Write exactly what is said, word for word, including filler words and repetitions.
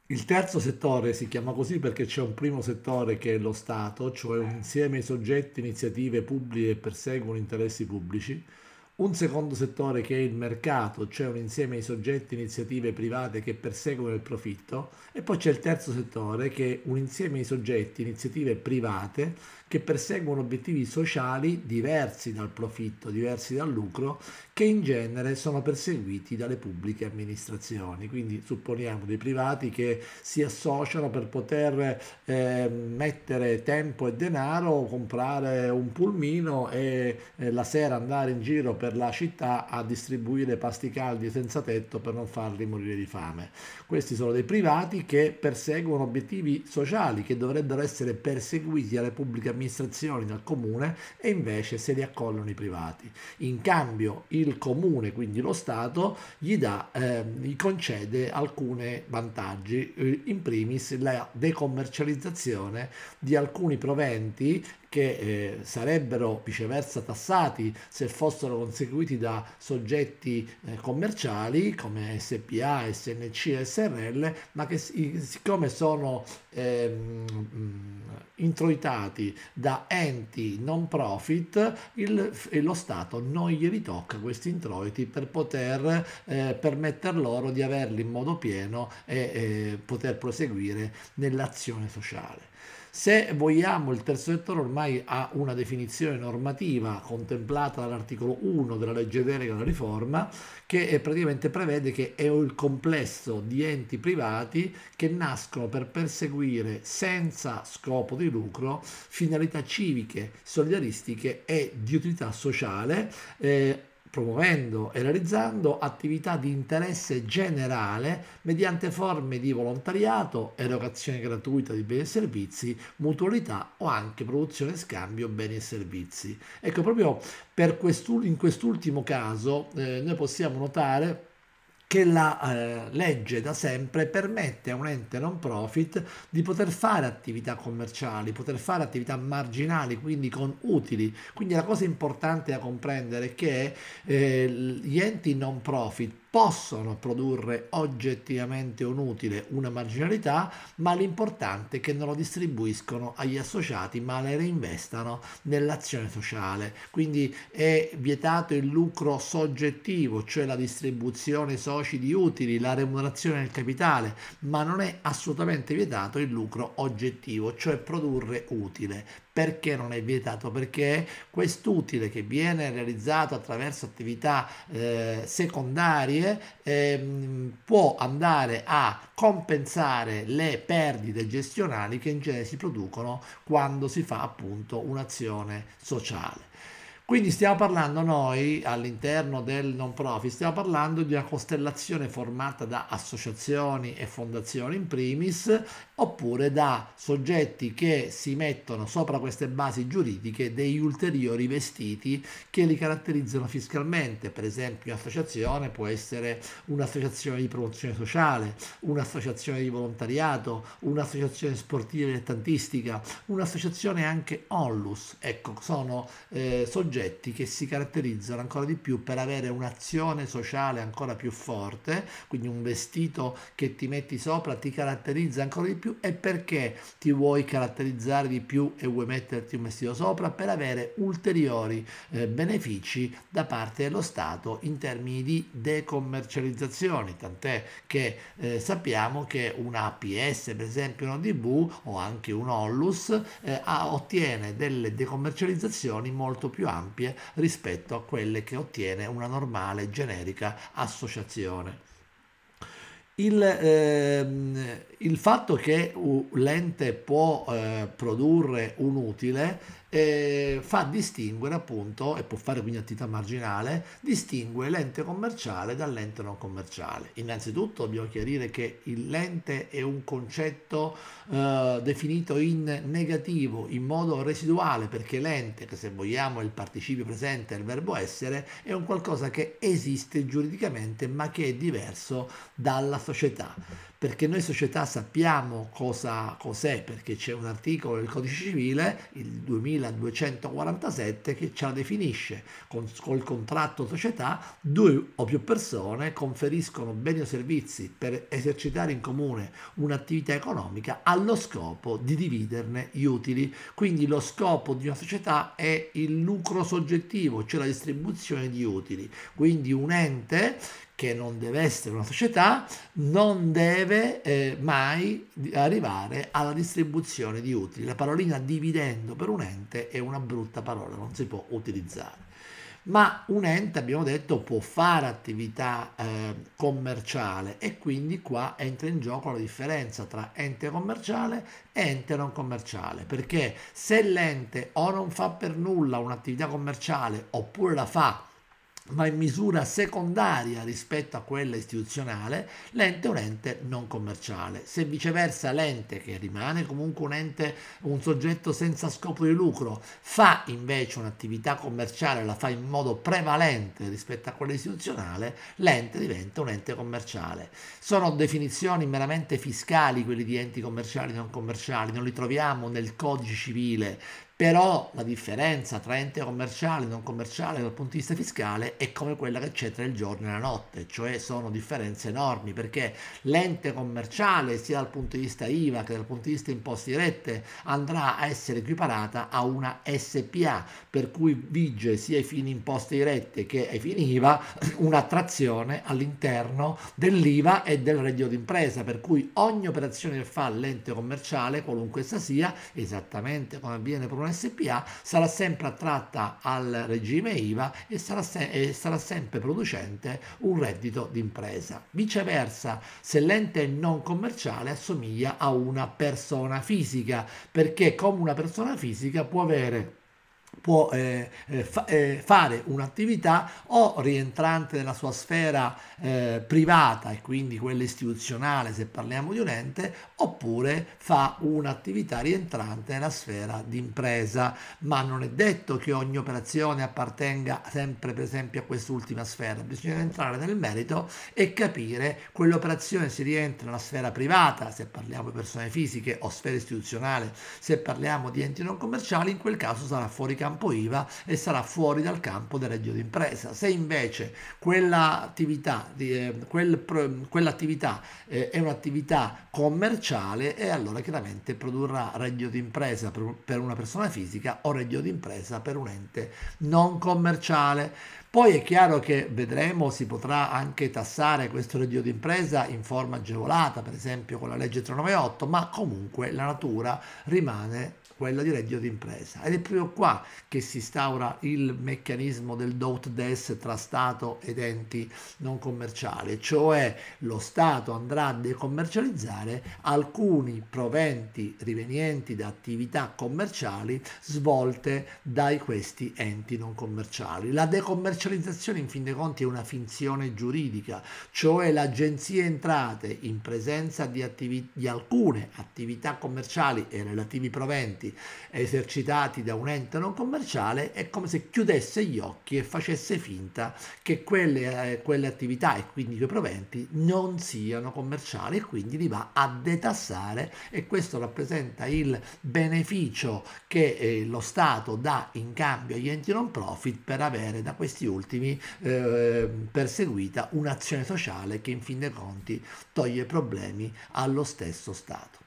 Il terzo settore si chiama così perché c'è un primo settore che è lo Stato, cioè un insieme di soggetti, iniziative pubbliche che perseguono interessi pubblici. Un secondo settore che è il mercato, cioè un insieme di soggetti e iniziative private che perseguono il profitto, e poi c'è il terzo settore che è un insieme di soggetti e iniziative private che perseguono obiettivi sociali diversi dal profitto, diversi dal lucro, che in genere sono perseguiti dalle pubbliche amministrazioni. Quindi supponiamo dei privati che si associano per poter eh, mettere tempo e denaro, comprare un pulmino e eh, la sera andare in giro per la città a distribuire pasti caldi senza tetto per non farli morire di fame. Questi sono dei privati che perseguono obiettivi sociali che dovrebbero essere perseguiti dalle pubbliche amministrazioni, dal comune, e invece se li accollano i privati. In cambio il comune, quindi lo Stato, gli dà, eh, gli concede alcuni vantaggi, eh, in primis la decommercializzazione di alcuni proventi che eh, sarebbero viceversa tassati se fossero conseguiti da soggetti eh, commerciali come S P A, S N C e S R L, ma che siccome sono ehm, introitati da enti non profit, il, lo Stato non glieli tocca questi introiti per poter eh, permettere loro di averli in modo pieno e eh, poter proseguire nell'azione sociale. Se vogliamo, il terzo settore ormai ha una definizione normativa contemplata dall'articolo uno della legge delega alla riforma, che praticamente prevede che è il complesso di enti privati che nascono per perseguire senza scopo di lucro finalità civiche, solidaristiche e di utilità sociale, eh, promuovendo e realizzando attività di interesse generale mediante forme di volontariato, erogazione gratuita di beni e servizi, mutualità o anche produzione e scambio beni e servizi. Ecco, proprio per quest'ul- in quest'ultimo caso eh, noi possiamo notare che la eh, legge da sempre permette a un ente non profit di poter fare attività commerciali, poter fare attività marginali, quindi con utili. Quindi la cosa importante da comprendere è che eh, gli enti non profit possono produrre oggettivamente un utile, una marginalità, ma l'importante è che non lo distribuiscono agli associati, ma le reinvestano nell'azione sociale. Quindi è vietato il lucro soggettivo, cioè la distribuzione ai soci di utili, la remunerazione del capitale, ma non è assolutamente vietato il lucro oggettivo, cioè produrre utile. Perché non è vietato? Perché quest'utile che viene realizzato attraverso attività eh, secondarie ehm, può andare a compensare le perdite gestionali che in genere si producono quando si fa appunto un'azione sociale. Quindi stiamo parlando noi all'interno del non profit, stiamo parlando di una costellazione formata da associazioni e fondazioni in primis, oppure da soggetti che si mettono sopra queste basi giuridiche degli ulteriori vestiti che li caratterizzano fiscalmente. Per esempio, un'associazione può essere un'associazione di promozione sociale, un'associazione di volontariato, un'associazione sportiva e dilettantistica, un'associazione anche onlus. Ecco, sono eh, soggetti che si caratterizzano ancora di più per avere un'azione sociale ancora più forte, quindi un vestito che ti metti sopra ti caratterizza ancora di più. E perché ti vuoi caratterizzare di più e vuoi metterti un vestito sopra? Per avere ulteriori eh, benefici da parte dello Stato in termini di decommercializzazione, tant'è che eh, sappiamo che una A P S, per esempio una D V o anche un onlus, eh, ha, ottiene delle decommercializzazioni molto più ampie rispetto a quelle che ottiene una normale generica associazione. Il, ehm, il fatto che u- l'ente può eh, produrre un utile eh, fa distinguere appunto, e può fare quindi attività marginale, distingue l'ente commerciale dall'ente non commerciale. Innanzitutto dobbiamo chiarire che il- l'ente è un concetto eh, definito in negativo, in modo residuale, perché l'ente, che se vogliamo è il participio presente del verbo essere, è un qualcosa che esiste giuridicamente ma che è diverso dalla società. perché noi società sappiamo cosa cos'è, perché c'è un articolo del Codice Civile, il duemiladuecentoquarantasette, che ce la definisce. Con, col contratto società, due o più persone conferiscono beni o servizi per esercitare in comune un'attività economica allo scopo di dividerne gli utili. Quindi lo scopo di una società è il lucro soggettivo, cioè la distribuzione di utili. Quindi un ente, che non deve essere una società, non deve eh, mai arrivare alla distribuzione di utili. La parolina dividendo per un ente è una brutta parola, non si può utilizzare. Ma un ente, abbiamo detto, può fare attività eh, commerciale, e quindi qua entra in gioco la differenza tra ente commerciale e ente non commerciale, perché se l'ente o non fa per nulla un'attività commerciale oppure la fa ma in misura secondaria rispetto a quella istituzionale, l'ente è un ente non commerciale. Se viceversa l'ente, che rimane comunque un ente, un soggetto senza scopo di lucro, fa invece un'attività commerciale, la fa in modo prevalente rispetto a quella istituzionale, l'ente diventa un ente commerciale. Sono definizioni meramente fiscali quelli di enti commerciali e non commerciali, non li troviamo nel Codice Civile. Però la differenza tra ente commerciale e non commerciale dal punto di vista fiscale è come quella che c'è tra il giorno e la notte, cioè sono differenze enormi, perché l'ente commerciale, sia dal punto di vista I V A che dal punto di vista imposte dirette, andrà a essere equiparata a una S P A, per cui vige sia ai fini imposte dirette che ai fini I V A un'attrazione all'interno dell'I V A e del reddito d'impresa, per cui ogni operazione che fa l'ente commerciale, qualunque essa sia, esattamente come avviene per una S P A, sarà sempre attratta al regime I V A e sarà, se- e sarà sempre producente un reddito d'impresa. Viceversa, se l'ente è non commerciale, assomiglia a una persona fisica, perché come una persona fisica può avere può eh, eh, fa- eh, fare un'attività o rientrante nella sua sfera eh, privata, e quindi quella istituzionale se parliamo di un ente, oppure fa un'attività rientrante nella sfera di impresa, ma non è detto che ogni operazione appartenga sempre per esempio a quest'ultima sfera. Bisogna entrare nel merito e capire quell'operazione si rientra nella sfera privata se parliamo di persone fisiche, o sfera istituzionale se parliamo di enti non commerciali. In quel caso sarà fuori campo I V A e sarà fuori dal campo del reddito d'impresa. Se invece quell'attività, eh, quel, quell'attività eh, è un'attività commerciale, e allora chiaramente produrrà reddito d'impresa per, per una persona fisica o reddito d'impresa per un ente non commerciale. Poi è chiaro che vedremo, si potrà anche tassare questo reddito d'impresa in forma agevolata, per esempio con la legge trecentonovantotto, ma comunque la natura rimane quella di reddito d'impresa. Ed è proprio qua che si instaura il meccanismo del do ut des tra Stato ed enti non commerciali, cioè lo Stato andrà a decommercializzare alcuni proventi rivenienti da attività commerciali svolte da questi enti non commerciali. La decommercializzazione in fin dei conti è una finzione giuridica, cioè l'Agenzia Entrate, in presenza di, attivi- di alcune attività commerciali e relativi proventi esercitati da un ente non commerciale, è come se chiudesse gli occhi e facesse finta che quelle, eh, quelle attività e quindi quei proventi non siano commerciali, e quindi li va a detassare, e questo rappresenta il beneficio che eh, lo Stato dà in cambio agli enti non profit per avere da questi ultimi eh, perseguita un'azione sociale che in fin dei conti toglie problemi allo stesso Stato.